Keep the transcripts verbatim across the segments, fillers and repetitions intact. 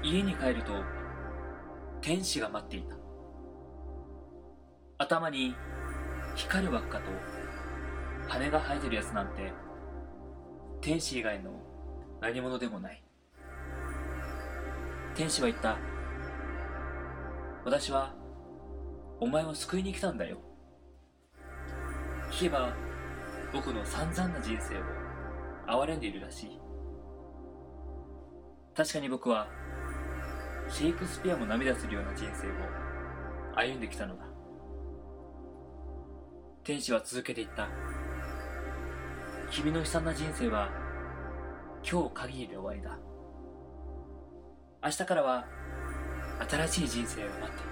家に帰ると天使が待っていた。頭に光る輪っかと羽が生えてるやつなんて天使以外の何者でもない。天使は言った。私はお前を救いに来たんだよ。聞けば僕の散々な人生を憐れんでいるらしい。確かに僕はシェイクスピアも涙するような人生を歩んできたのだ。天使は続けて言った。君の悲惨な人生は今日限りで終わりだ。明日からは新しい人生を待っている。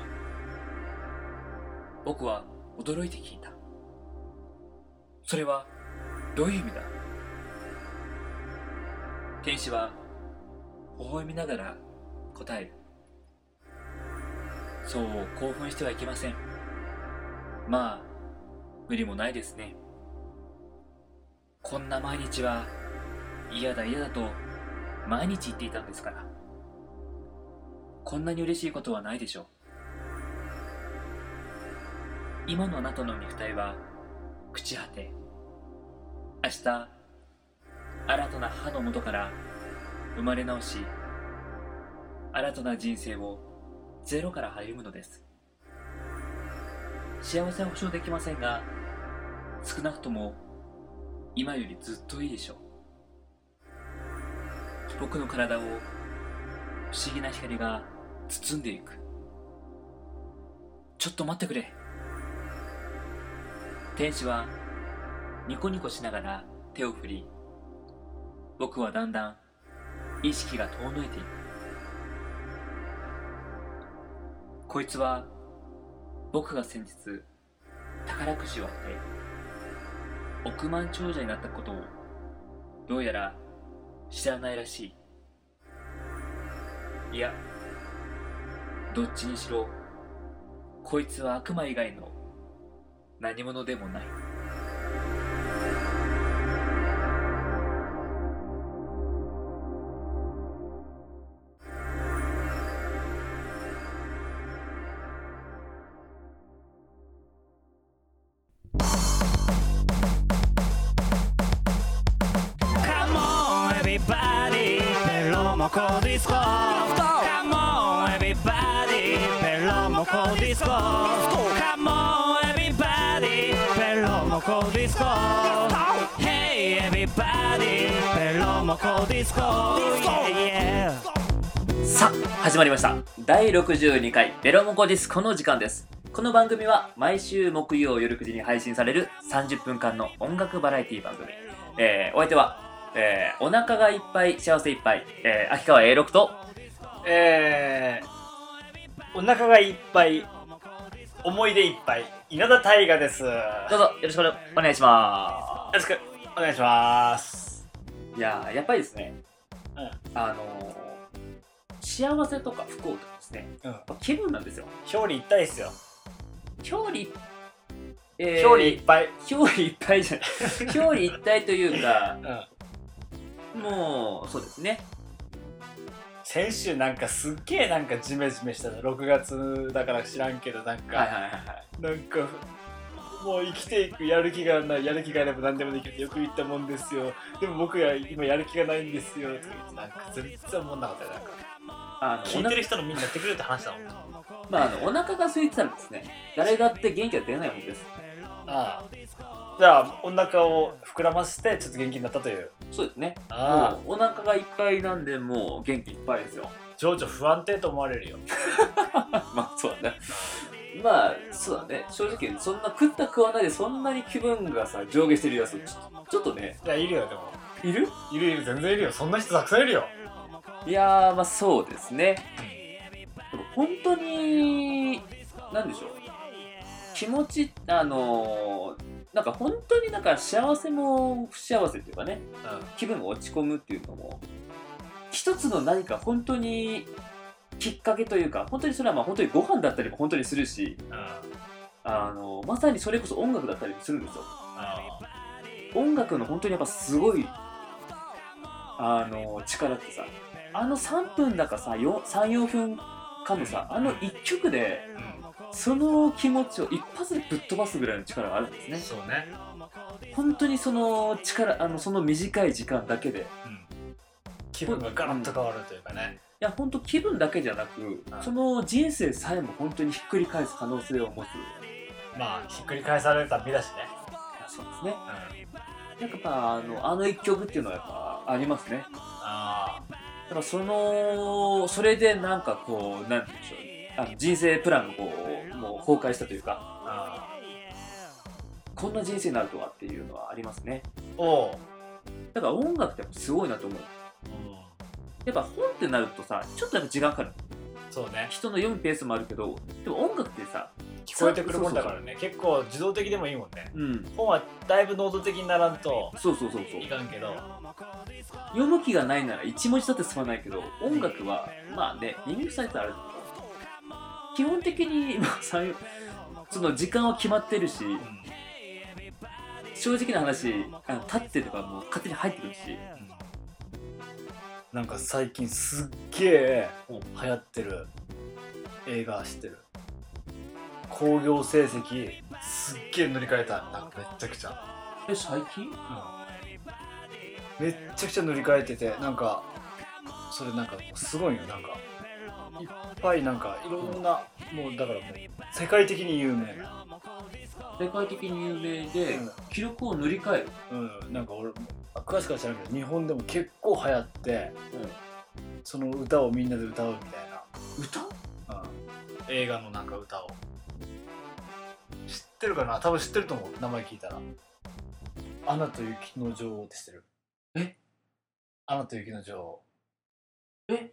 僕は驚いて聞いた。それはどういう意味だ？天使は微笑みながら答える。そう興奮してはいけません。まあ無理もないですね。こんな毎日は嫌だ嫌だと毎日言っていたんですから。こんなに嬉しいことはないでしょう。今のあなたの肉体は朽ち果て、明日新たな歯の元から生まれ直し、新たな人生をゼロから歩むのです。幸せは保証できませんが、少なくとも今よりずっといいでしょう。僕の体を不思議な光が包んでいく。ちょっと待ってくれ。天使はニコニコしながら手を振り、僕はだんだん意識が遠のいていく。こいつは僕が先日宝くじを当て億万長者になったことをどうやら知らないらしい。いや、どっちにしろこいつは悪魔以外の何者でもない。 ペロモコディスコ Come on everybody ペロモコディスコ Come on everybody ペロモコディスコ Hey everybody ペロモコディスコ Yeah, yeah. さあ始まりました。だいろくじゅうにかいベロモコディスコの時間です。この番組は毎週木曜夜くじに配信されるさんじゅっぷんかんの音楽バラエティ番組、えー、お相手はえー、お腹がいっぱい幸せいっぱい、えー、秋川 エーろく とえー、お腹がいっぱい思い出いっぱい稲田大我です。よどうぞよろしくお願いしまろしくお願いします。 す。いやーやっぱりですね、 うん、 あのー、幸せとか不幸とかですね、うん、気分なんですよ。 表裏一体ですよ。 表裏、 えー、表裏いっぱい表裏いっぱいじゃない表裏一体というか、うん、もうそうですね。 先週なんかすっげえなんかジメジメしたのろくがつだから知らんけどなんか、はいはいはい、なんかもう生きていくやる気がない、やる気があれば何でもできるってよく言ったもんですよ。でも僕は今やる気がないんですよとか言ってなんか全然思んなかったよ。なんかあの聞いてる人のみんなやってくれるって話だもん。 まああのお腹が空いてたらですね、誰だって元気は出ないもんです。 ああ、じゃあお腹を膨らませてちょっと元気になったという。 そうですね。あもうお腹がいっぱいなんでもう元気いっぱいですよ。 情緒不安定と思われるよまあそうだね。まあそうだね。正直そんな食った食わないでそんなに気分がさ上下してるやつちょっと、ちょっとね。 いやいるよ。でもいるいるいる全然いるよ。そんな人たくさんいるよ。 いやーまあそうですね。でも本当になんでしょう、気持ちあのーなんか本当になんか幸せも不幸せっていうかね、うん、気分が落ち込むっていうのも一つの何か本当にきっかけというか、本当にそれはまあ本当にご飯だったりも本当にするし、うん、あのまさにそれこそ音楽だったりもするんですよ。うん、音楽の本当にやっぱすごいあの力ってさ、あのさんぷんだかささん、よんふんかのさ、あのいっきょくでその気持ちを一発でぶっ飛ばすぐらいの力があるんですね。 そうね。 本当にその力、あのその短い時間だけで、 うん、気分がガラッと変わるというかね。 いや本当気分だけじゃなく、うん、その人生さえも本当にひっくり返す可能性を持つ。 まあひっくり返された身だしね。 そうですね。うん、なんかやっぱあのあの一曲っていうのはやっぱありますね。 ああ。 だからそのそれでなんかこうなんていうんでしょう、あの人生プランがこうもう崩壊したというか、あこんな人生になるとはっていうのはありますね。 おう。 だから音楽ってやっぱすごいなと思う。うん、やっぱ本ってなるとさ、ちょっとやっぱ時間かかる。 そうね。 人の読むペースもあるけど、でも音楽ってさ、 聞こえてくるもんだからね。結構自動的でもいいもんね。 うん、 本はだいぶ能動的にならんとそうそうそうそういかんけど、 読む気がないなら一文字だって進まないけど、音楽はまあね、耳塞いでたらあるけど、基本的に、まあ、その時間は決まってるし、うん、正直な話、あの立ってとかもう勝手に入ってくるし、 うん、なんか最近すっげえ流行ってる映画知ってる？興行成績すっげえ塗り替えた。なんかめっちゃくちゃ。 え、最近？うん、 めっちゃくちゃ塗り替えてて、なんかそれなんかすごいよ。なんかいっぱいなんかいろんな、もうだからもう世界的に有名な、 世界的に有名で、うん、記録を塗り替える。 うん、なんか俺詳しくは知らんけど日本でも結構流行って、うん、その歌をみんなで歌うみたいな。 歌？ うん、映画のなんか歌を知ってるかな？多分知ってると思う。名前聞いたら。アナと雪の女王って知ってる？ え？ アナと雪の女王。 え？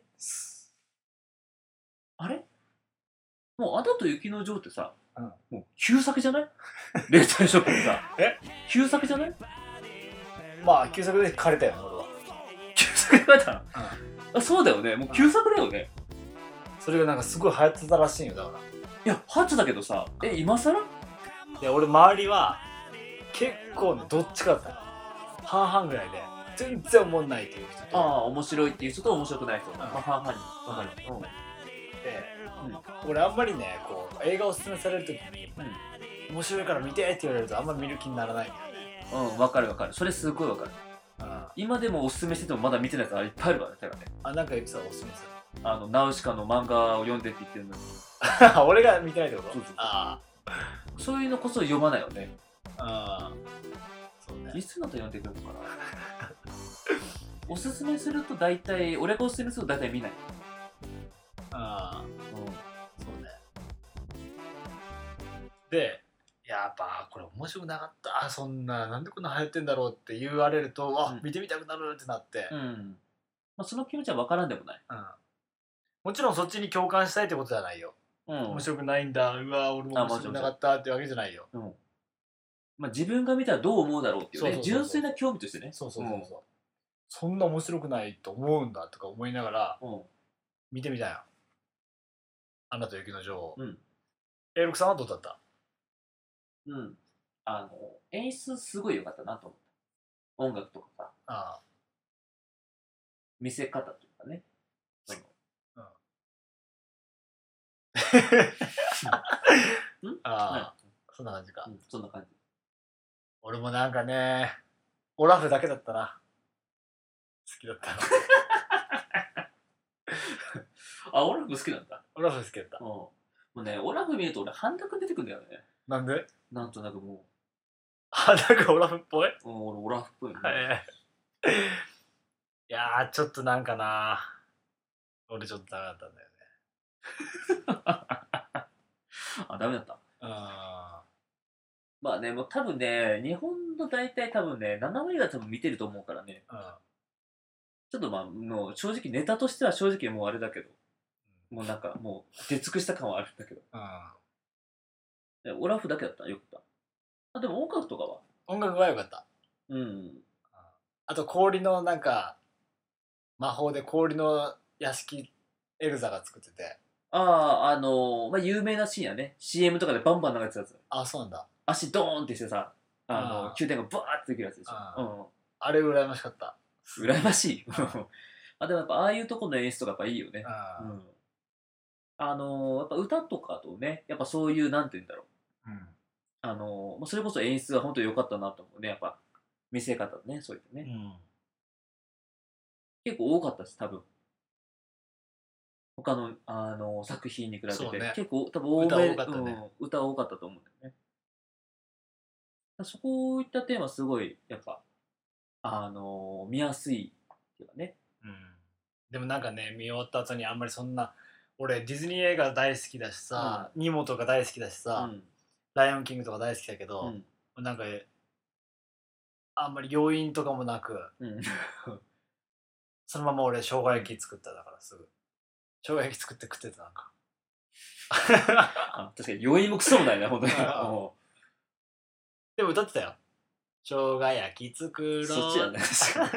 あれ？もうアナと雪の女王ってさ、うん、もう旧作じゃない？レータルショップでさ。 え？ 旧作じゃない？ まあ旧作で借りたよね俺は。 旧作で借りたの？うん、あ、そうだよね。もう旧作だよね。 それがなんかすごい流行ってたらしいよ。だから。 いや、ハッチだけどさ、え、今更？ いや、俺周りは結構ね、どっちかだったの。半々ぐらいで全然思んないっていう人と、 ああ、面白いっていう人と面白くない人、うん、まあ半々に分かる。うん、で、 うん、俺あんまりね、こう映画をおすすめされるときに、うん、面白いから見てって言われるとあんまり見る気にならないんだよね。 うん、分かる分かる。それすごい分かる。うん、今でもおすすめしててもまだ見てないやついっぱいあるからね。だからね。 あ、なんかエピソードおすすめする。 あのナウシカの漫画を読んでって言ってるのに俺が見てないってこと？ そうそうそう。 あそういうのこそ読まないよね。 ああ、そうね。 いつのと読んでくるのかな。おすすめすると大体、俺がおすすめすると大体見ない。 ああ、うん、そうね。で、やっぱこれ面白くなかった。そんな、なんでこんな流行ってんだろうって言われると、あ、うん、見てみたくなるってなって。 うん。まあ、その気持ちは分からんでもない。 うん。もちろんそっちに共感したいってことじゃないよ。うん、面白くないんだ、うわ俺も面白くなかったってわけじゃないよ。うん、 まあ、自分が見たらどう思うだろうっていうね、そうそうそうそう、純粋な興味としてね。 そうそうそうそう、うん、そんな面白くないと思うんだとか思いながら、うん、見てみたよ。アナと雪の女王。うん。エイロクさんはどうだった？ うん。あの演出すごい良かったなと思った。音楽とかさ、ああ、見せ方というかね。 うん、ああ、そんな感じか、 うん、そんな感じ。 俺もなんかね、オラフだけだったな、好きだったの。あ、オラフ好きなんだ。 オラフ好きだった。 うん、もうね、オラフ見ると俺半田君出てくるんだよね。 なんで？ なんとなくもうあ、なんかオラフっぽい？ うん、俺オラフっぽいね。 いやー、ちょっとなんかな、俺ちょっとダメだったんだよね。 あ、ダメだった。あ、まあね、もう多分ね、日本の大体多分ね、ななわりが多分見てると思うからね。うん、ちょっとまあ、もう正直ネタとしては正直もうあれだけど、うん、もうなんかもう出尽くした感はあるんだけど。うん、オラフだけだったらよかった。あ、でも音楽とかは？ 音楽はよかった。うん。あと氷のなんか、魔法で氷の屋敷エルザが作ってて。 ああ、あのー、まあ、有名なシーンやね。シーエム とかでバンバン流れてたやつ。 あ、そうなんだ。 足ドーンってしてさ、あの宮殿がバーってできるやつでしょ。 あ、うん、あれ羨ましかった。 羨ましいあでもやっぱああいうとこの演出とかやっぱいいよね、 あ、 うん、あのー、やっぱ歌とかとねやっぱそういうなんて言うんだろう、 うん、 あのー、それこそ演出が本当に良かったなと思うねやっぱ見せ方ねそういったね、 うん、 結構多かったです多分他の、あのー、作品に比べて、 ね、 結構多分多め歌多かったね、 うん、歌多かったと思うんだよねそこいった点はすごいやっぱあのー、見やすいっていうかね、 うん、でもなんかね見終わった後にあんまりそんな俺ディズニー映画大好きだしさ、うん、ニモとか大好きだしさ、うん、ライオンキングとか大好きだけど、うん、なんかあんまり要因とかもなく、うん、そのまま俺生姜焼き作っただからすぐ生姜焼き作って食ってたなんかあ確かに要因もクソもないな本当にでも歌ってたよ生姜焼き作ろうそっちやね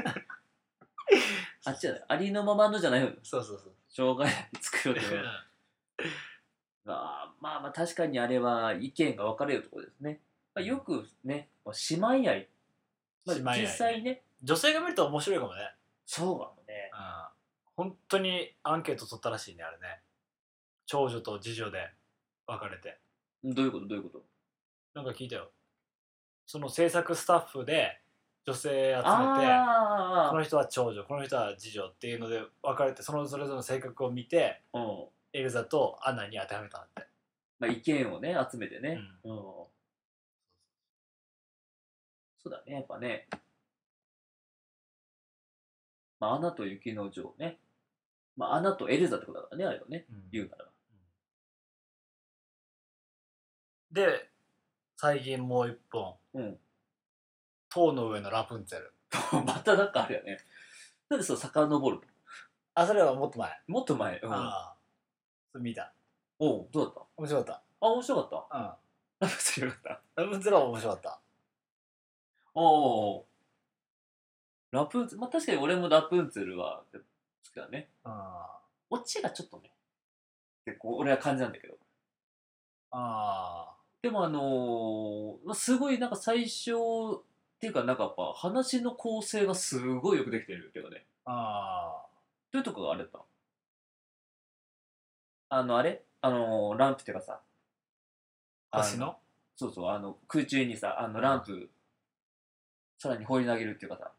あっちやねありのままのじゃないよそうそうそう生姜焼き作ろうってまあまあまあ確かにあれは意見が分かれるところですね、まあ、よくね姉妹愛、まあ、実際ね女性が見ると面白いかもねそうかもね、 うん、本当にアンケート取ったらしいねあれね長女と次女で分かれてどういうことどういうことなんか聞いたよその制作スタッフで女性集めてこの人は長女この人は次女っていうので分かれてそのそれぞれの性格を見て、うん、エルザとアンナに当てはめたんだって、 まあ、意見をね集めてね、うんうん、そうだねやっぱねまあアナと雪の女王ねまあアナとエルザってことだからねあれはね、うん、言うならば、 うん、で最近もう一本、うん、塔の上のラプンツェルまたなんかあるよねなんでそう遡るのあそれはもっと前もっと前、 うん、ああそれ見たおうどうだった面白かったあ面白かった、 うん、 ラプンツェルよかったラプンツェルは面白かったおおラプンツェルまあ確かに俺もラプンツェルは好きだねあオチがちょっとね結構俺は感じなんだけどあでもあのー、すごいなんか最初っていうかなんかやっぱ話の構成がすごいよくできてるっていうかねあどういうとこがあれだったあのあれあのー、ランプっていうかさ星のそうそうあの空中にさあのランプさらに放り投げるっていうかさ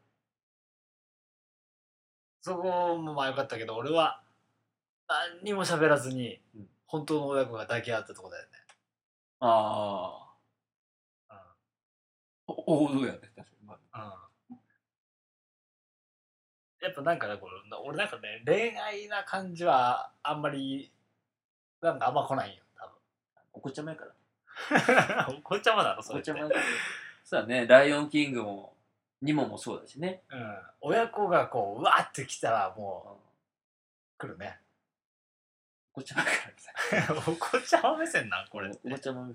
そこもまあよかったけど俺は何にも喋らずに、うん、本当の親子が抱き合ったとこだよねああ王道やね確かに、まあうん、やっぱなんかねこれ俺なんかね恋愛な感じはあんまりなんかあんま来ないよ多分お子ちゃまやからお子ちゃまだろそれってお子ちゃまやからそうだねライオンキングもニモもそうだしね、 うん、親子がこううわーってきたらもう、うん、来るねお子ちゃまからお子ちゃま目線なんこれお子ちゃま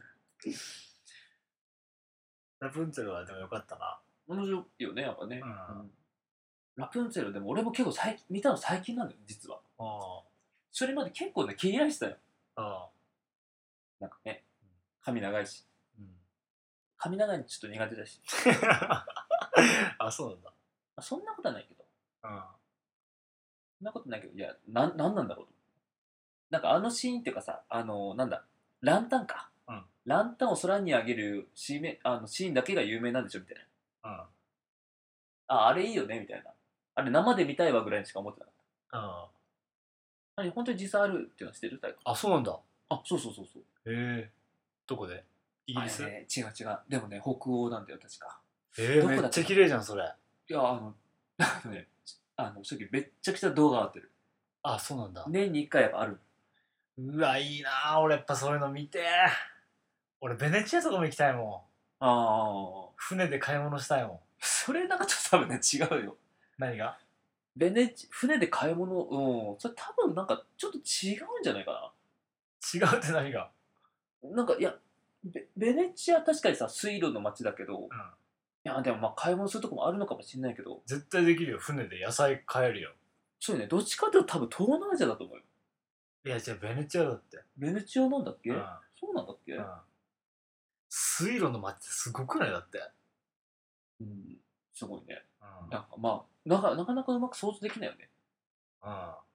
ラプンツェルはでもよかったな面白いよねやっぱね、うんうん、ラプンツェルでも俺も結構最近見たの最近なんだよ実はあそれまで結構ね気になってたよあなんかね髪長いし、うん、髪長いのちょっと苦手だしあそうなんだそんなことはないけど、うん、そんなことないけどいやななんなんだろうとなんかあのシーンっていうかさあのなんだランタンか、うん、ランタンを空に上げるシーンあのシーンだけが有名なんでしょみたいな、うん、ああれいいよねみたいなあれ生で見たいわぐらいにしか思ってなかった、うん、何本当に実際あるっていうのは知ってる？ あそうなんだあそうそうそうそうへえどこでイギリス、 ね、違う違うでもね北欧なんだよ確かえー、めっちゃ綺麗じゃんそれいやあのあのねあの正直めっちゃくちゃ動画上がってるあそうなんだ年にいっかいやっぱあるうわいいな俺やっぱそういうの見て俺ベネチアとかも行きたいもんああ船で買い物したいもんそれなんかちょっと多分ね違うよ何がベネチ船で買い物うんそれ多分なんかちょっと違うんじゃないかな違うって何がなんかいや ベ, ベネチア確かにさ水路の街だけど、うん、いやでもまあ買い物するとこもあるのかもしれないけど絶対できるよ船で野菜買えるよそうねどっちかというと多分東南アジアだと思うよいやじゃあベネチアだってベネチアなんだっけ、うん、そうなんだっけ、うん、 水路の街ってすごくないだってうんすごいね。 うん。 なんかまあなかなかなかうまく想像できないよね。 うん。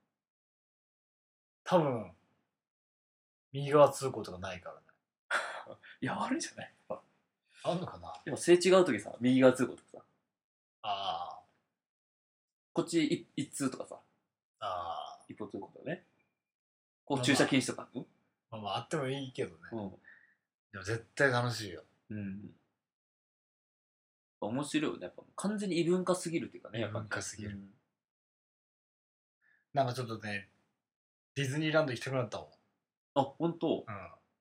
多分、右側通行とかないからね。 いや、あるんじゃない？ あんのかな。 でもすれ違う時さ、右側通行とかさ、 あこっち一一通とかさ、 あ。ああ。 一方通行とかね。こうまあ駐車禁止とか。うんまあまあ、あってもいいけどね。 うん。 でも絶対楽しいよ。 うん。面白いよね。やっぱ完全に異文化すぎるっていうかね。やっぱ異文化すぎるうんなんかちょっとね、ディズニーランド行きたくなったもん。 あ、本当。 うん。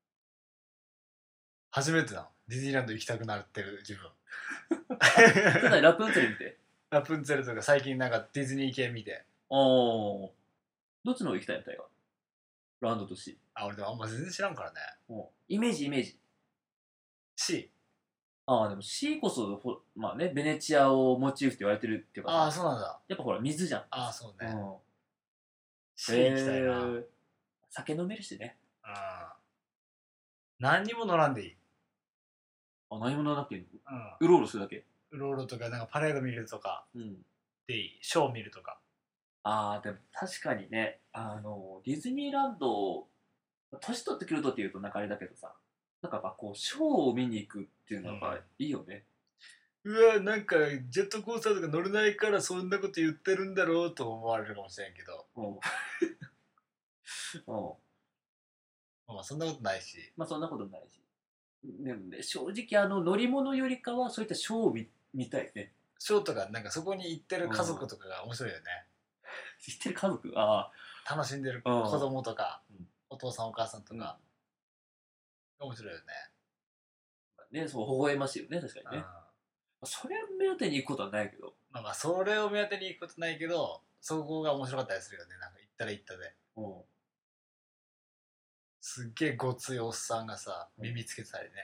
初めてだもん。ディズニーランド行きたくなってる自分。 ただラプンツェル見て。 ラプンツェルとか最近なんかディズニー系見て。 ああ。どっちの方行きたいんだよ。ランドとシあ、俺でもあんま全然知らんからね。 ー。うんイメージイメージ。 C。 ああ、でも C こそほ、まあね、ベネチアをモチーフって言われてるっていうかさああ、そうなんだ。 やっぱほら、水じゃん。 ああ、そうね。 うん。 C 行きたいな。うん。 へー酒飲めるしね。 何にも乗らんでいい。 あ、何もなくていいの？ うん。 うろうろするだけ。 うろうろとか、なんかパレード見るとかうん。 でいい。ショー見るとか。 ああ、でも確かにね、あの、ディズニーランド、年取ってくるとっていうとなんかあれだけどさ、なんかやっぱこう、ショーを見に行くっていうのはやっぱいいよね。 うわ、なんかジェットコースターとか乗れないからそんなこと言ってるんだろうと思われるかもしれんけど。 うん。うん。 まあそんなことないし。 まあそんなことないし。でもね、正直あの乗り物よりかはそういったショーを見見たいね。 ショーとかなんかそこに行ってる家族とかが面白いよね。 知ってる家族あ楽しんでるうん子供とか、 うんお父さんお母さんとか、面白いよね。 あ、ね、そう、微笑ましいよね、確かにね。 うんそれを目当てに行くことはないけど。 まあまあそれを目当てに行くことないけど、そこが面白かったりするよね。なんか行ったら行ったで。 うん。 すっげえごついおっさんがさ、 うん耳つけてたりね。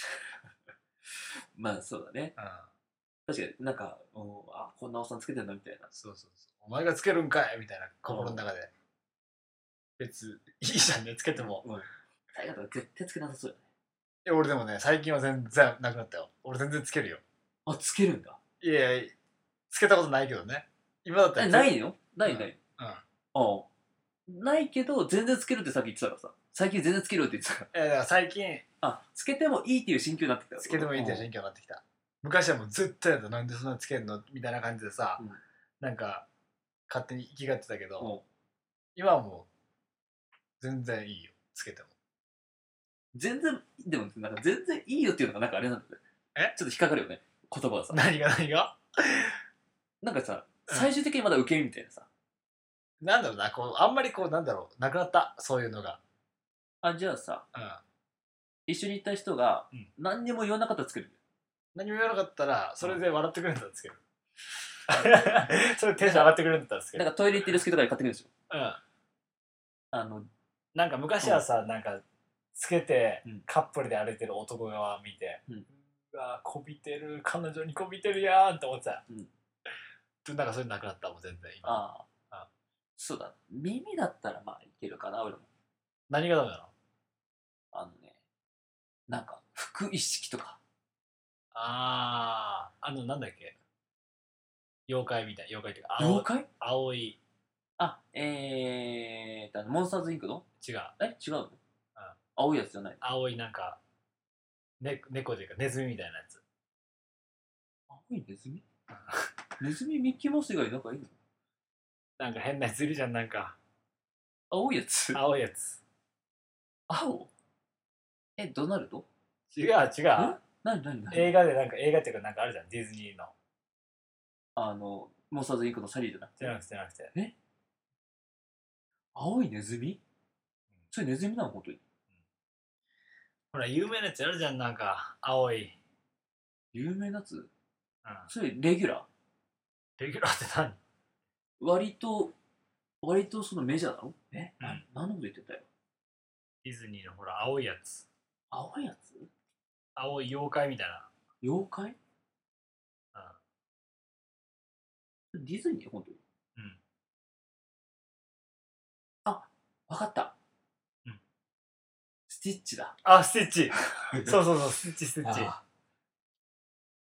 まあそうだね。 うん。 確かになんか、うん、あ、こんなおっさんつけてんだみたいな。 そうそうそう。お前がつけるんかいみたいな心の中で。別、いいじゃんね、つけても。 うん。大河とか絶対つけなさそうよね。 いや、俺でもね、最近は全然なくなったよ。俺全然つけるよ。 あ、つけるんだ。 いやいや、つけたことないけどね。今だったらえ、 つないのないない。 うん。 ああ。ないけど、全然つけるってさっき言ってたからさ。最近全然つけるって言ってたから。 えだから最近、 あ、つけてもいいっていう心境になってきた。 つけてもいいっていう心境になってきた。昔はもう絶対やった。なんでそんなつけんのみたいな感じでさ、 うんなんか、勝手に生きがってたけど、 うん。 今はもう、全然いいよ。つけても。 全然、でも、なんか全然いいよっていうのがなんかあれなんだよね。 えちょっと引っかかるよね。言葉がさ。 何が何がなんかさ、 うん最終的にまだ受け身みたいなさ。 なんだろうな、こう、あんまりこう、なんだろう、なくなった。そういうのが。 あ、じゃあさ、 うん。 一緒に行った人がうん何にも言わなかったらつける。 何も言わなかったら、それで笑ってくれるんだったらつける。それテンション上がってくれるんだったらつける。 なんかトイレ行ってる隙とかで買ってくるでしょ。 うん。 あの、 なんか昔はさ、なんか、つけてうんカップルで歩いてる男側見て、 うんうわこびてる、彼女にこびてるやんって思ってた。 うんでなんかそれなくなったもん、全然今。 あああそうだ。耳だったらまあいけるかな、俺も。 何がダメなの？ あのね、なんか、服一式とか。 あー、あの、なんだっけ、妖怪みたい、妖怪っていうか、青妖怪青い、 あ、えーと、あのモンスターズインクの違う、 え違うの青いやつじゃない青いなんか、ね、猫というかネズミみたいなやつ。 青いネズミネズミミッキーマウス以外なんかいいのなんか変なやついるじゃん、なんか。 青いやつ青いやつ。 青え、ドナルド違う違う。 え何何何映画でなんか、映画っていうかなんかあるじゃん、ディズニーの。 あの、モンスターズインクのサリーじゃなくて。 じゃなくてじゃなくて。 青いネズミそれネズミなの本当にほら、有名なやつあるじゃん、なんか、青い。 有名なやつうん。 それレギュラレギュラーって何？ ー割と、割とそのメジャーなのえ、 うんな何のこと言ってたよディズニーのほら、青いやつ。 青いやつ青い妖怪みたいな。 妖怪うん。 ディズニー本当にうん。 あ、わかった。 うんスティッチだ。 あ、スティッチそうそうそう、スティッチ、スティッチ。 あ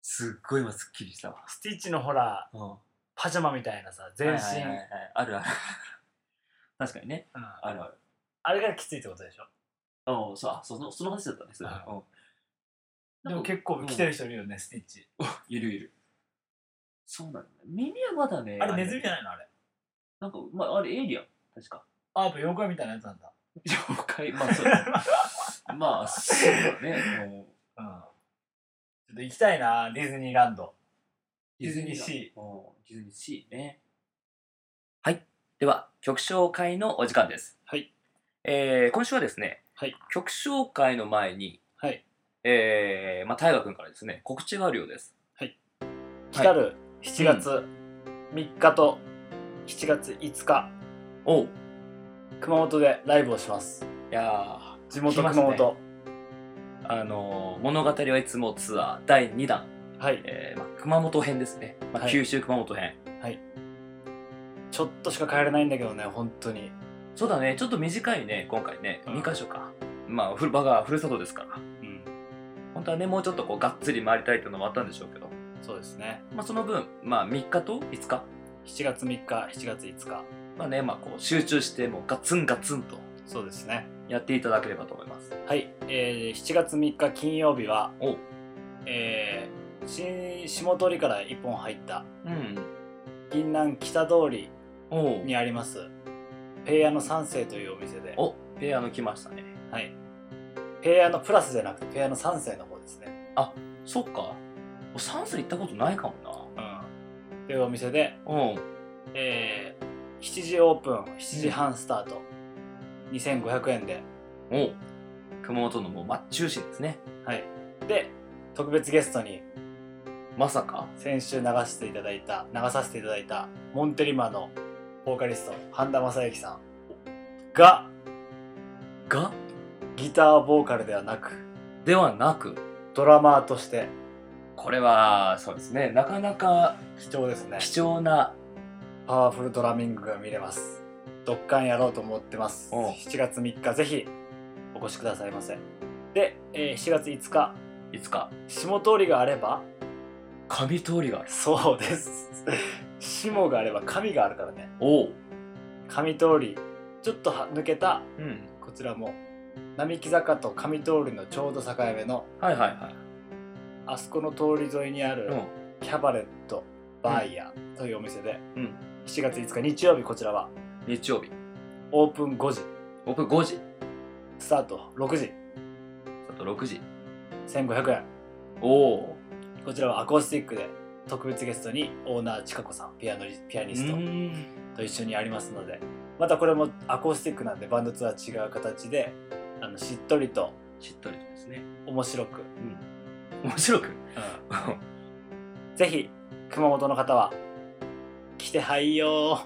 すっごい今すっきりしたわ。 スティッチのほら、 うん、 パジャマみたいなさ全身、はいはいはいはいはい、あるある確かにね、 うん、 あるある。 あれがきついってことでしょ。 ああ、そう、そのその話だったね、それ。 うんでも結構着てる人いるよね、うん、スティッチ。 いるいる。そうなんだ。耳はまだね。 あれネズミじゃないのあれ。 なんか、まあ、あれエイリアン確か。 あ、やっぱ妖怪みたいなやつなんだ。 妖怪、まあそう。まあ、そうだね。 うん。ちょっと行きたいな、ディズニーランド。ディズニーシー。 ディズニーシーね。はい。では、曲紹介のお時間です。 はい。 えー、今週はですね、 はい、 曲紹介の前に、 はい。 えー、まあ、大河君からですね、告知があるようです。 はい。来たるしちがつみっかとしちがついつか、 うん、おう熊本でライブをします。 いやー、地元熊本。ね、 あのー、物語はいつもツアーだいにだん。 はい。 えーまあ、熊本編ですね。まあ、九州熊本編。 はい。ちょっとしか帰れないんだけどね、本当に。 そうだね、ちょっと短いね、今回ね、うん、にかしょか。まあ、場がふるさとですから。うん。本当はね、もうちょっとこうがっつり回りたいというのもあったんでしょうけど。 そうですね。 まあ、その分、まあ、みっかといつか。 しちがつみっか、しちがついつか。 まあね、まあ、こう集中して、もうガツンガツンと。 そうですね。 やっていただければと思います。 はい。えー、しちがつみっか金曜日は、 おえー、新下通りからいっぽん入った、 うん。 銀南北通りにあります、ペイヤの三世というお店で。 お、ペイヤの来ましたね。 はい。ペイヤのプラスじゃなくて、ペイヤの三世の方ですね。 あ、そっか。三世行ったことないかもな。うん。というお店で、 うん。 えー、しちじオープン、しちじはんスタート。うん、にせんごひゃくえんで。 お熊本のもう真っ中心ですね。 はい。で、特別ゲストに、 まさか先週流していただいた、流させていただいた、モンテリマのボーカリスト、半田正幸さんが、 がギターボーカルではなく、 ではなく、 ドラマーとして、 これはそうですね、なかなか貴重ですね。 貴重なパワフルドラミングが見れます。ドッカンやろうと思ってます。しちがつみっかぜひお越しくださいませ。で、えー、しちがついつか、 いつか下通りがあれば上通りがある。 そうです下があれば上があるからね。 おお。 上通りちょっと抜けた、 うん、 こちらも並木坂と上通りのちょうど境目の、 はいはいはい、 あそこの通り沿いにある、うん、キャバレットバーイヤーというお店で、うん、しちがついつか日曜日、こちらは日曜日オープンごじ、 オープンごじ、 スタートろくじ、 スタートろくじ、 せんごひゃくえん。 おお。 こちらはアコースティックで特別ゲストにオーナーちかこさん、ピアノピアニストと一緒にありますので、またこれもアコースティックなんでバンドとは違う形で、あのしっとりとしっとりとですね、 面白く、 うん、面白く、うん、 ぜひ熊本の方は来てはいよ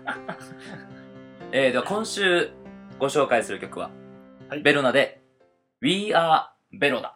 えー、では今週ご紹介する曲は、はい、ベロナで We Are ベロナ。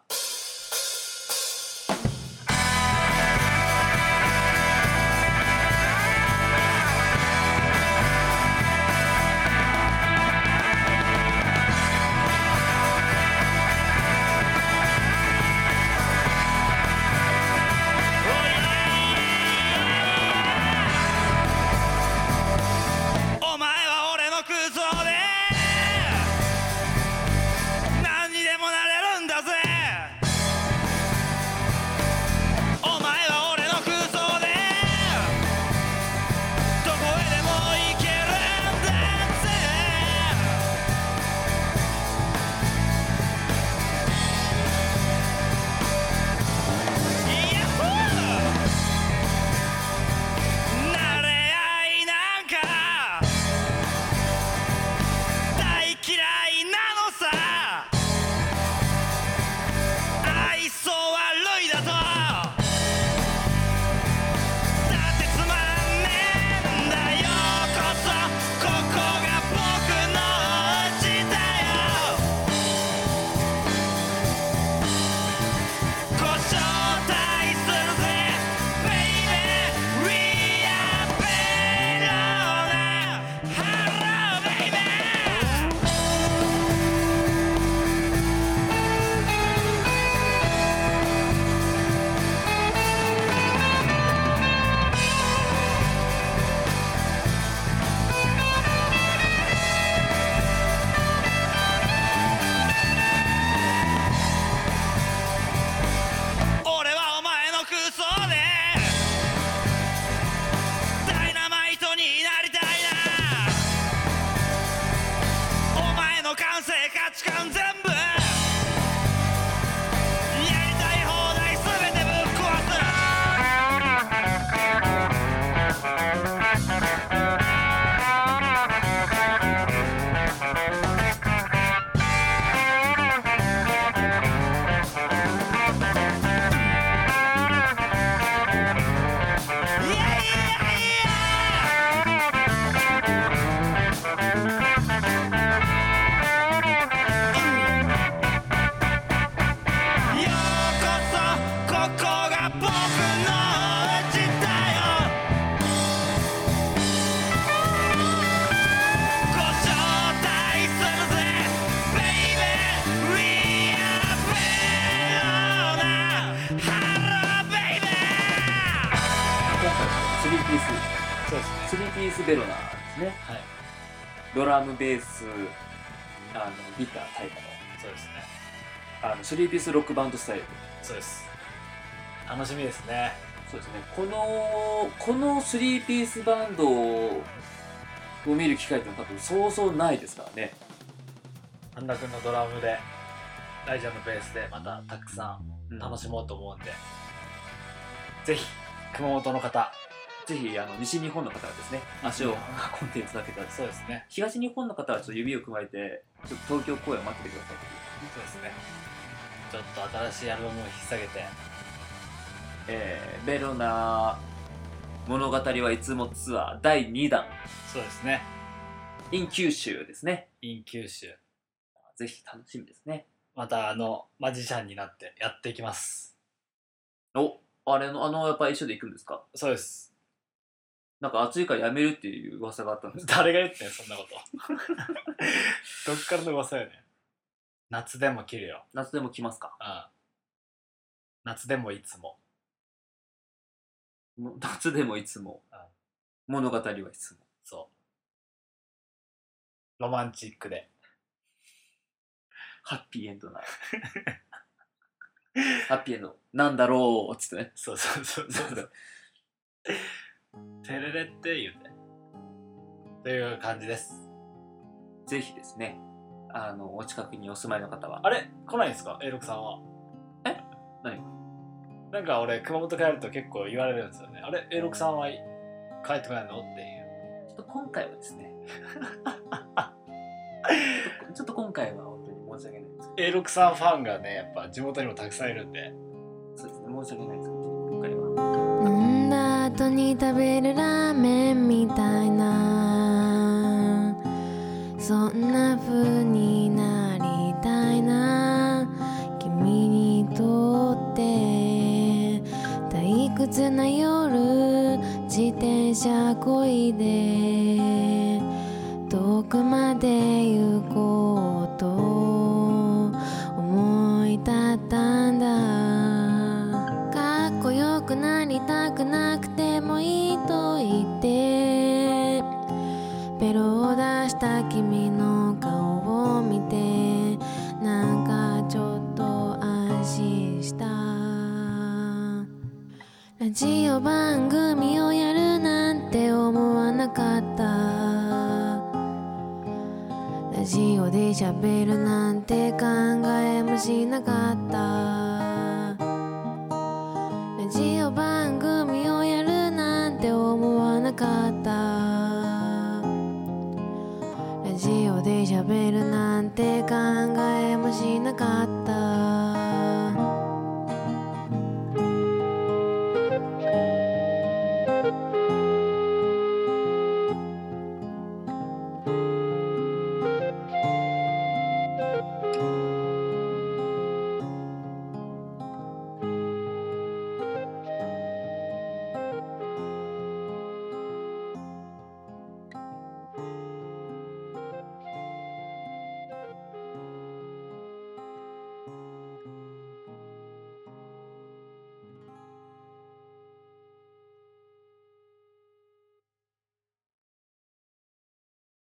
何にでもなれるんだぜ。 ですね。 はい。 ドラムベース、あのギタータイプのそうですね。 あのスリーピースロックバンドスタイル。 そうです。楽しみですね。 そうですね。このこのスリーピースバンドを見る機会って多分そうそうないですからね。 半田君のドラムで大ちゃんのベースでまたたくさん楽しもうと思うんで、うん、ぜひ熊本の方、 ぜひあの西日本の方はですね、足をコンテンツだけたら、 そうですね。 東日本の方はちょっと指を加えてちょっと東京公演を待っててください。 そうですね。ちょっと新しいアルバムを引っ提げて、 えー、ベロナ物語はいつもツアーだいにだん。 そうですね。 in 九州ですね。 in 九州、 ぜひ楽しみですね。 またあのマジシャンになってやっていきます。 お、あれのあのやっぱ一緒で行くんですか？ そうです。 なんか暑いからやめるっていう噂があったんですか？ 誰が言ってんそんなことどっからの噂やねん。夏でも来るよ。 夏でも来ますか？ うん。夏でもいつも。 夏でもいつも。うん、物語はいつも。 そう。ロマンチックで。 ハッピーエンドな。ハッピーエンドなんだろうっつってね。 そうそうそうそうテレレって言うてという感じです。 ぜひですね、あのお近くにお住まいの方は。 あれ来ないんですか エーろく さんは？ え何？ なんか俺熊本帰ると結構言われるんですよね。あれ エーろく さんは帰ってこないのっていう。 ちょっと今回はですねちょっと今回は本当に申し訳ないですけど、 エーろく さんファンがねやっぱ地元にもたくさんいるんで、 そうですね、申し訳ないですけど今回は。 飲んだ後に食べるラーメンみたいな、そんな風になりたいな、君にとって退屈な夜自転車こいで遠くまで行こうと思い立ったんだ。かっこよくなりたくなくてもいいと言ってベロを出した君の顔を見てなんかちょっと安心した。ラジオ番組をやるなんて思わなかった。ラジオで喋るなんて考えもしなかった。ラジオ番組をやるなんて思わなかった。ラジオで喋るなんて考えもしなかった。